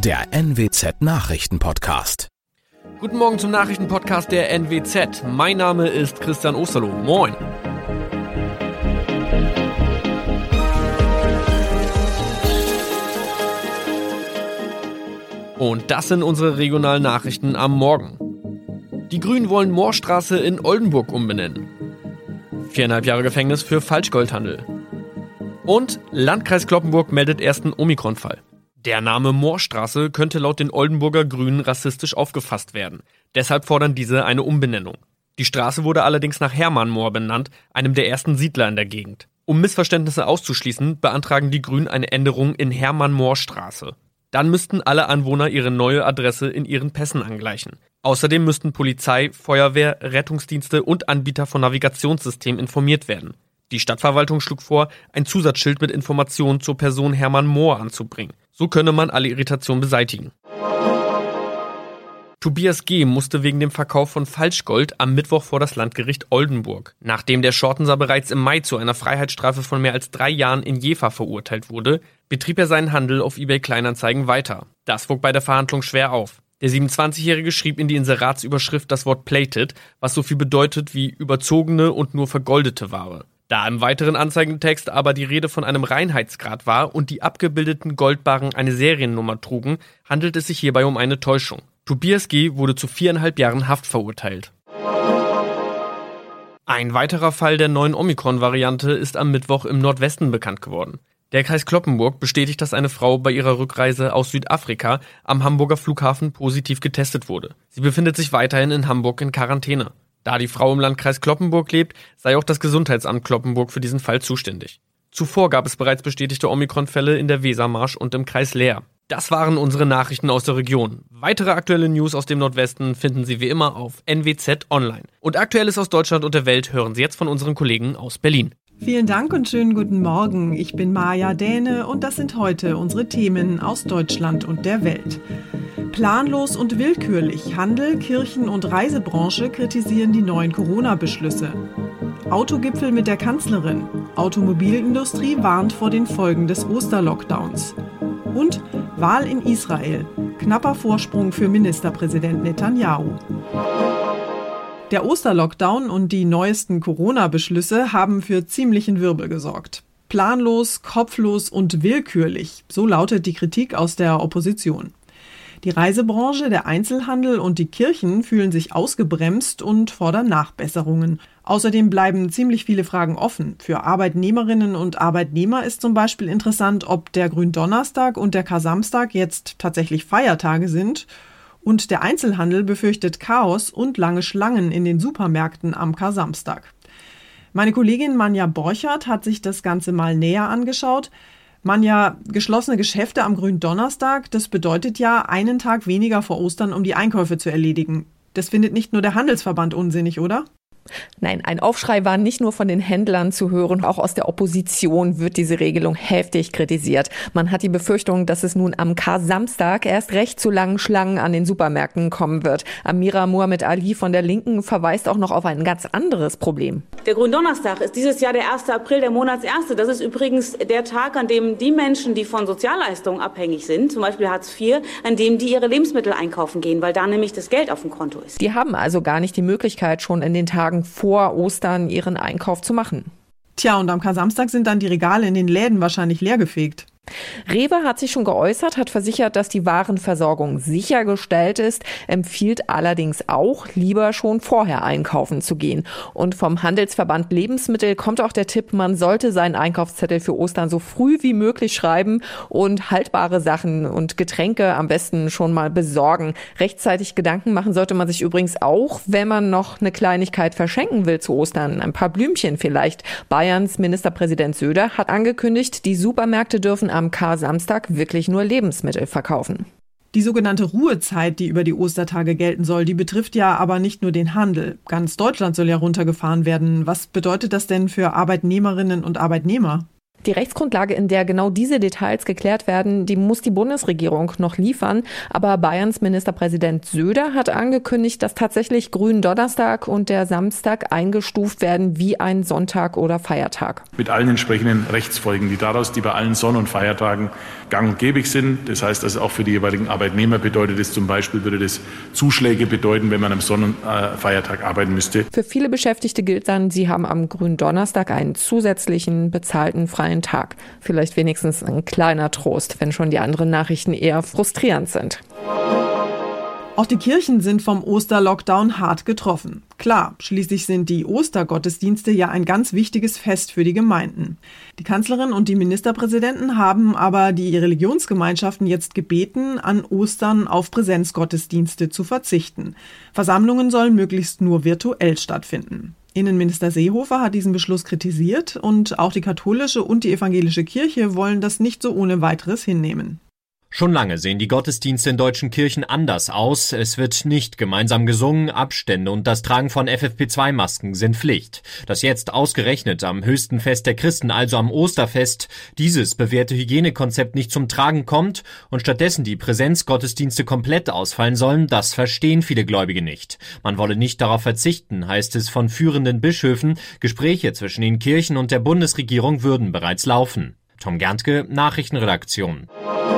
der NWZ Nachrichtenpodcast. Guten Morgen zum Nachrichtenpodcast der NWZ. Mein Name ist Christian Osterloh. Moin. Und das sind unsere regionalen Nachrichten am Morgen. Die Grünen wollen Moorstraße in Oldenburg umbenennen. 4,5 Jahre Gefängnis für Falschgoldhandel. Und Landkreis Cloppenburg meldet ersten Omikron-Fall. Der Name Moorstraße könnte laut den Oldenburger Grünen rassistisch aufgefasst werden. Deshalb fordern diese eine Umbenennung. Die Straße wurde allerdings nach Hermann Mohr benannt, einem der ersten Siedler in der Gegend. Um Missverständnisse auszuschließen, beantragen die Grünen eine Änderung in Hermann-Mohr-Straße. Dann müssten alle Anwohner ihre neue Adresse in ihren Pässen angleichen. Außerdem müssten Polizei, Feuerwehr, Rettungsdienste und Anbieter von Navigationssystemen informiert werden. Die Stadtverwaltung schlug vor, ein Zusatzschild mit Informationen zur Person Hermann Mohr anzubringen. So könne man alle Irritationen beseitigen. Tobias G. musste wegen dem Verkauf von Falschgold am Mittwoch vor das Landgericht Oldenburg. Nachdem der Schortenser bereits im Mai zu einer Freiheitsstrafe von mehr als 3 Jahren in Jever verurteilt wurde, betrieb er seinen Handel auf eBay Kleinanzeigen weiter. Das wog bei der Verhandlung schwer auf. Der 27-Jährige schrieb in die Inseratsüberschrift das Wort plated, was so viel bedeutet wie überzogene und nur vergoldete Ware. Da im weiteren Anzeigentext aber die Rede von einem Reinheitsgrad war und die abgebildeten Goldbarren eine Seriennummer trugen, handelt es sich hierbei um eine Täuschung. Tobias G. wurde zu 4,5 Jahren Haft verurteilt. Ein weiterer Fall der neuen Omikron-Variante ist am Mittwoch im Nordwesten bekannt geworden. Der Kreis Cloppenburg bestätigt, dass eine Frau bei ihrer Rückreise aus Südafrika am Hamburger Flughafen positiv getestet wurde. Sie befindet sich weiterhin in Hamburg in Quarantäne. Da die Frau im Landkreis Cloppenburg lebt, sei auch das Gesundheitsamt Cloppenburg für diesen Fall zuständig. Zuvor gab es bereits bestätigte Omikron-Fälle in der Wesermarsch und im Kreis Leer. Das waren unsere Nachrichten aus der Region. Weitere aktuelle News aus dem Nordwesten finden Sie wie immer auf NWZ Online. Und Aktuelles aus Deutschland und der Welt hören Sie jetzt von unseren Kollegen aus Berlin. Vielen Dank und schönen guten Morgen. Ich bin Maja Däne und das sind heute unsere Themen aus Deutschland und der Welt. Planlos und willkürlich. Handel, Kirchen und Reisebranche kritisieren die neuen Corona-Beschlüsse. Autogipfel mit der Kanzlerin. Automobilindustrie warnt vor den Folgen des Osterlockdowns. Und Wahl in Israel. Knapper Vorsprung für Ministerpräsident Netanyahu. Der Osterlockdown und die neuesten Corona-Beschlüsse haben für ziemlichen Wirbel gesorgt. Planlos, kopflos und willkürlich, so lautet die Kritik aus der Opposition. Die Reisebranche, der Einzelhandel und die Kirchen fühlen sich ausgebremst und fordern Nachbesserungen. Außerdem bleiben ziemlich viele Fragen offen. Für Arbeitnehmerinnen und Arbeitnehmer ist zum Beispiel interessant, ob der Gründonnerstag und der Kar-Samstag jetzt tatsächlich Feiertage sind. Und der Einzelhandel befürchtet Chaos und lange Schlangen in den Supermärkten am Kar-Samstag. Meine Kollegin Manja Borchert hat sich das Ganze mal näher angeschaut. Manja, geschlossene Geschäfte am Gründonnerstag, das bedeutet ja einen Tag weniger vor Ostern, um die Einkäufe zu erledigen. Das findet nicht nur der Handelsverband unsinnig, oder? Nein, ein Aufschrei war nicht nur von den Händlern zu hören, auch aus der Opposition wird diese Regelung heftig kritisiert. Man hat die Befürchtung, dass es nun am Kar-Samstag erst recht zu langen Schlangen an den Supermärkten kommen wird. Amira Mohamed Ali von der Linken verweist auch noch auf ein ganz anderes Problem. Der Gründonnerstag ist dieses Jahr der 1. April, der Monatserste. Das ist übrigens der Tag, an dem die Menschen, die von Sozialleistungen abhängig sind, zum Beispiel Hartz IV, an dem die ihre Lebensmittel einkaufen gehen, weil da nämlich das Geld auf dem Konto ist. Die haben also gar nicht die Möglichkeit, schon in den Tagen vor Ostern ihren Einkauf zu machen. Tja, und am Kar-Samstag sind dann die Regale in den Läden wahrscheinlich leergefegt. Rewe hat sich schon geäußert, hat versichert, dass die Warenversorgung sichergestellt ist, empfiehlt allerdings auch, lieber schon vorher einkaufen zu gehen. Und vom Handelsverband Lebensmittel kommt auch der Tipp, man sollte seinen Einkaufszettel für Ostern so früh wie möglich schreiben und haltbare Sachen und Getränke am besten schon mal besorgen. Rechtzeitig Gedanken machen sollte man sich übrigens auch, wenn man noch eine Kleinigkeit verschenken will zu Ostern. Ein paar Blümchen vielleicht. Bayerns Ministerpräsident Söder hat angekündigt, die Supermärkte dürfen am Kar-Samstag wirklich nur Lebensmittel verkaufen. Die sogenannte Ruhezeit, die über die Ostertage gelten soll, die betrifft ja aber nicht nur den Handel. Ganz Deutschland soll ja runtergefahren werden. Was bedeutet das denn für Arbeitnehmerinnen und Arbeitnehmer? Die Rechtsgrundlage, in der genau diese Details geklärt werden, die muss die Bundesregierung noch liefern. Aber Bayerns Ministerpräsident Söder hat angekündigt, dass tatsächlich Gründonnerstag und der Samstag eingestuft werden wie ein Sonntag oder Feiertag. Mit allen entsprechenden Rechtsfolgen, die bei allen Sonn- und Feiertagen gang und gäbig sind. Das heißt, also auch für die jeweiligen Arbeitnehmer bedeutet es zum Beispiel, würde das Zuschläge bedeuten, wenn man am Sonn- und Feiertag arbeiten müsste. Für viele Beschäftigte gilt dann, sie haben am Gründonnerstag einen zusätzlichen bezahlten freien Tag. Vielleicht wenigstens ein kleiner Trost, wenn schon die anderen Nachrichten eher frustrierend sind. Auch die Kirchen sind vom Osterlockdown hart getroffen. Klar, schließlich sind die Ostergottesdienste ja ein ganz wichtiges Fest für die Gemeinden. Die Kanzlerin und die Ministerpräsidenten haben aber die Religionsgemeinschaften jetzt gebeten, an Ostern auf Präsenzgottesdienste zu verzichten. Versammlungen sollen möglichst nur virtuell stattfinden. Innenminister Seehofer hat diesen Beschluss kritisiert und auch die katholische und die evangelische Kirche wollen das nicht so ohne weiteres hinnehmen. Schon lange sehen die Gottesdienste in deutschen Kirchen anders aus. Es wird nicht gemeinsam gesungen, Abstände und das Tragen von FFP2-Masken sind Pflicht. Dass jetzt ausgerechnet am höchsten Fest der Christen, also am Osterfest, dieses bewährte Hygienekonzept nicht zum Tragen kommt und stattdessen die Präsenzgottesdienste komplett ausfallen sollen, das verstehen viele Gläubige nicht. Man wolle nicht darauf verzichten, heißt es von führenden Bischöfen. Gespräche zwischen den Kirchen und der Bundesregierung würden bereits laufen. Tom Gerntke, Nachrichtenredaktion.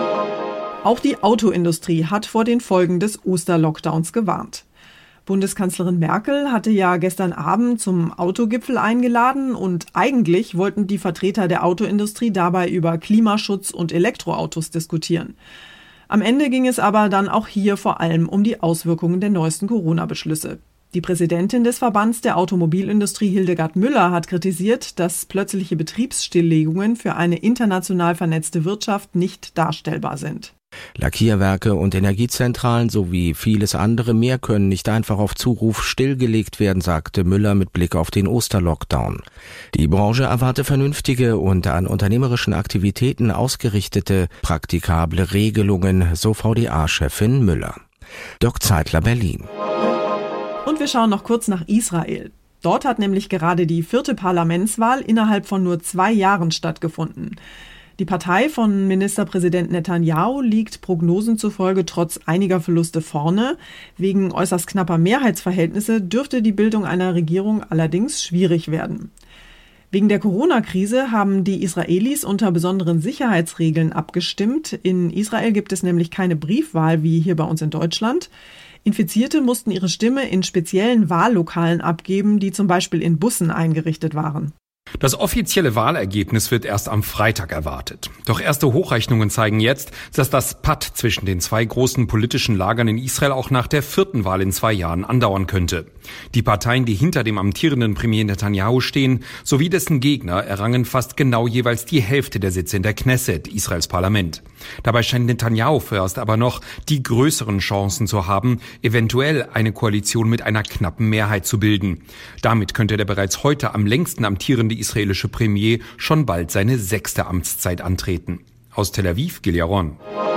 Auch die Autoindustrie hat vor den Folgen des Osterlockdowns gewarnt. Bundeskanzlerin Merkel hatte ja gestern Abend zum Autogipfel eingeladen und eigentlich wollten die Vertreter der Autoindustrie dabei über Klimaschutz und Elektroautos diskutieren. Am Ende ging es aber dann auch hier vor allem um die Auswirkungen der neuesten Corona-Beschlüsse. Die Präsidentin des Verbands der Automobilindustrie Hildegard Müller hat kritisiert, dass plötzliche Betriebsstilllegungen für eine international vernetzte Wirtschaft nicht darstellbar sind. Lackierwerke und Energiezentralen sowie vieles andere mehr können nicht einfach auf Zuruf stillgelegt werden, sagte Müller mit Blick auf den Osterlockdown. Die Branche erwarte vernünftige und an unternehmerischen Aktivitäten ausgerichtete, praktikable Regelungen, so VDA-Chefin Müller. Dirk Zeitler, Berlin. Und wir schauen noch kurz nach Israel. Dort hat nämlich gerade die 4. Parlamentswahl innerhalb von nur 2 Jahren stattgefunden. Die Partei von Ministerpräsident Netanyahu liegt Prognosen zufolge trotz einiger Verluste vorne. Wegen äußerst knapper Mehrheitsverhältnisse dürfte die Bildung einer Regierung allerdings schwierig werden. Wegen der Corona-Krise haben die Israelis unter besonderen Sicherheitsregeln abgestimmt. In Israel gibt es nämlich keine Briefwahl wie hier bei uns in Deutschland. Infizierte mussten ihre Stimme in speziellen Wahllokalen abgeben, die zum Beispiel in Bussen eingerichtet waren. Das offizielle Wahlergebnis wird erst am Freitag erwartet. Doch erste Hochrechnungen zeigen jetzt, dass das Patt zwischen den 2 großen politischen Lagern in Israel auch nach der 4. Wahl in 2 Jahren andauern könnte. Die Parteien, die hinter dem amtierenden Premier Netanyahu stehen, sowie dessen Gegner errangen fast genau jeweils die Hälfte der Sitze in der Knesset, Israels Parlament. Dabei scheint Netanyahu vorerst aber noch die größeren Chancen zu haben, eventuell eine Koalition mit einer knappen Mehrheit zu bilden. Damit könnte der bereits heute am längsten amtierende israelische Premier schon bald seine 6. Amtszeit antreten. Aus Tel Aviv, Gilja Ron.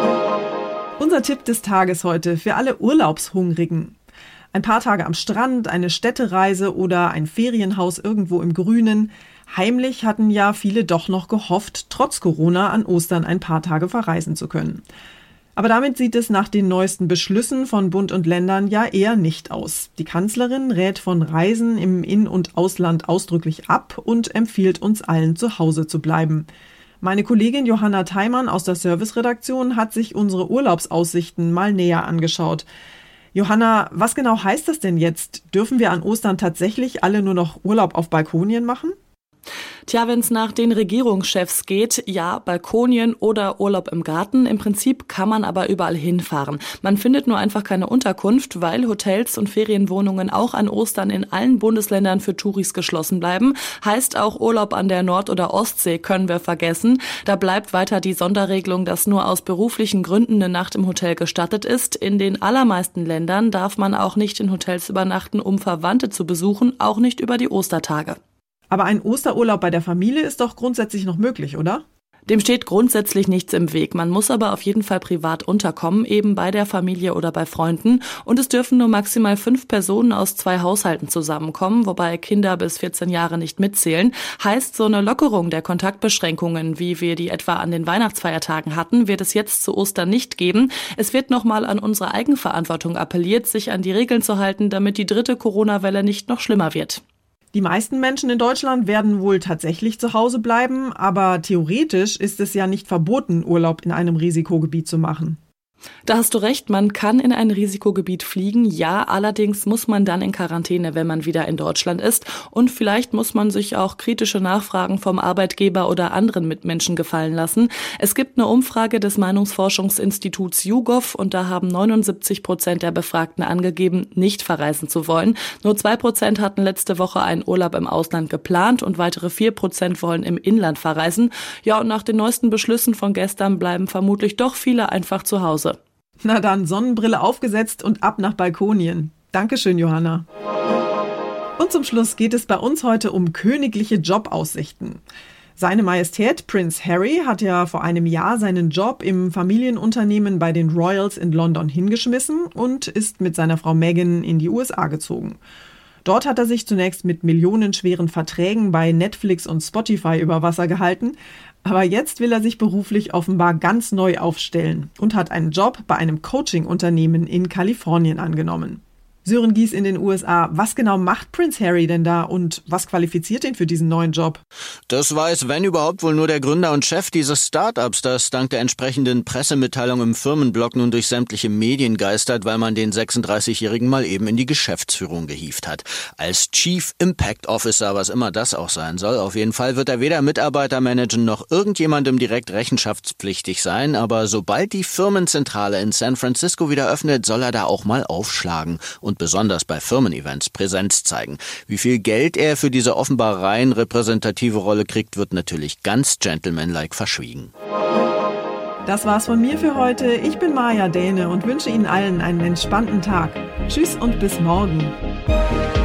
Unser Tipp des Tages heute für alle Urlaubshungrigen. Ein paar Tage am Strand, eine Städtereise oder ein Ferienhaus irgendwo im Grünen. Heimlich hatten ja viele doch noch gehofft, trotz Corona an Ostern ein paar Tage verreisen zu können. Aber damit sieht es nach den neuesten Beschlüssen von Bund und Ländern ja eher nicht aus. Die Kanzlerin rät von Reisen im In- und Ausland ausdrücklich ab und empfiehlt uns allen, zu Hause zu bleiben. Meine Kollegin Johanna Theimann aus der Serviceredaktion hat sich unsere Urlaubsaussichten mal näher angeschaut. Johanna, was genau heißt das denn jetzt? Dürfen wir an Ostern tatsächlich alle nur noch Urlaub auf Balkonien machen? Tja, wenn es nach den Regierungschefs geht, ja, Balkonien oder Urlaub im Garten. Im Prinzip kann man aber überall hinfahren. Man findet nur einfach keine Unterkunft, weil Hotels und Ferienwohnungen auch an Ostern in allen Bundesländern für Touris geschlossen bleiben. Heißt auch Urlaub an der Nord- oder Ostsee können wir vergessen. Da bleibt weiter die Sonderregelung, dass nur aus beruflichen Gründen eine Nacht im Hotel gestattet ist. In den allermeisten Ländern darf man auch nicht in Hotels übernachten, um Verwandte zu besuchen, auch nicht über die Ostertage. Aber ein Osterurlaub bei der Familie ist doch grundsätzlich noch möglich, oder? Dem steht grundsätzlich nichts im Weg. Man muss aber auf jeden Fall privat unterkommen, eben bei der Familie oder bei Freunden. Und es dürfen nur maximal 5 Personen aus 2 Haushalten zusammenkommen, wobei Kinder bis 14 Jahre nicht mitzählen. Heißt, so eine Lockerung der Kontaktbeschränkungen, wie wir die etwa an den Weihnachtsfeiertagen hatten, wird es jetzt zu Ostern nicht geben. Es wird nochmal an unsere Eigenverantwortung appelliert, sich an die Regeln zu halten, damit die 3. Corona-Welle nicht noch schlimmer wird. Die meisten Menschen in Deutschland werden wohl tatsächlich zu Hause bleiben, aber theoretisch ist es ja nicht verboten, Urlaub in einem Risikogebiet zu machen. Da hast du recht, man kann in ein Risikogebiet fliegen, ja, allerdings muss man dann in Quarantäne, wenn man wieder in Deutschland ist, und vielleicht muss man sich auch kritische Nachfragen vom Arbeitgeber oder anderen Mitmenschen gefallen lassen. Es gibt eine Umfrage des Meinungsforschungsinstituts YouGov und da haben 79% der Befragten angegeben, nicht verreisen zu wollen. Nur 2% hatten letzte Woche einen Urlaub im Ausland geplant und weitere 4% wollen im Inland verreisen. Ja, und nach den neuesten Beschlüssen von gestern bleiben vermutlich doch viele einfach zu Hause. Na dann, Sonnenbrille aufgesetzt und ab nach Balkonien. Dankeschön, Johanna. Und zum Schluss geht es bei uns heute um königliche Jobaussichten. Seine Majestät Prince Harry hat ja vor einem Jahr seinen Job im Familienunternehmen bei den Royals in London hingeschmissen und ist mit seiner Frau Meghan in die USA gezogen. Dort hat er sich zunächst mit millionenschweren Verträgen bei Netflix und Spotify über Wasser gehalten. Aber jetzt will er sich beruflich offenbar ganz neu aufstellen und hat einen Job bei einem Coaching-Unternehmen in Kalifornien angenommen. Sören Gies in den USA. Was genau macht Prince Harry denn da und was qualifiziert ihn für diesen neuen Job? Das weiß, wenn überhaupt, wohl nur der Gründer und Chef dieses Start-ups, das dank der entsprechenden Pressemitteilung im Firmenblog nun durch sämtliche Medien geistert, weil man den 36-Jährigen mal eben in die Geschäftsführung gehievt hat. Als Chief Impact Officer, was immer das auch sein soll. Auf jeden Fall wird er weder Mitarbeiter managen noch irgendjemandem direkt rechenschaftspflichtig sein, aber sobald die Firmenzentrale in San Francisco wieder öffnet, soll er da auch mal aufschlagen und besonders bei Firmen-Events Präsenz zeigen. Wie viel Geld er für diese offenbar rein repräsentative Rolle kriegt, wird natürlich ganz gentlemanlike verschwiegen. Das war's von mir für heute. Ich bin Maja Däne und wünsche Ihnen allen einen entspannten Tag. Tschüss und bis morgen.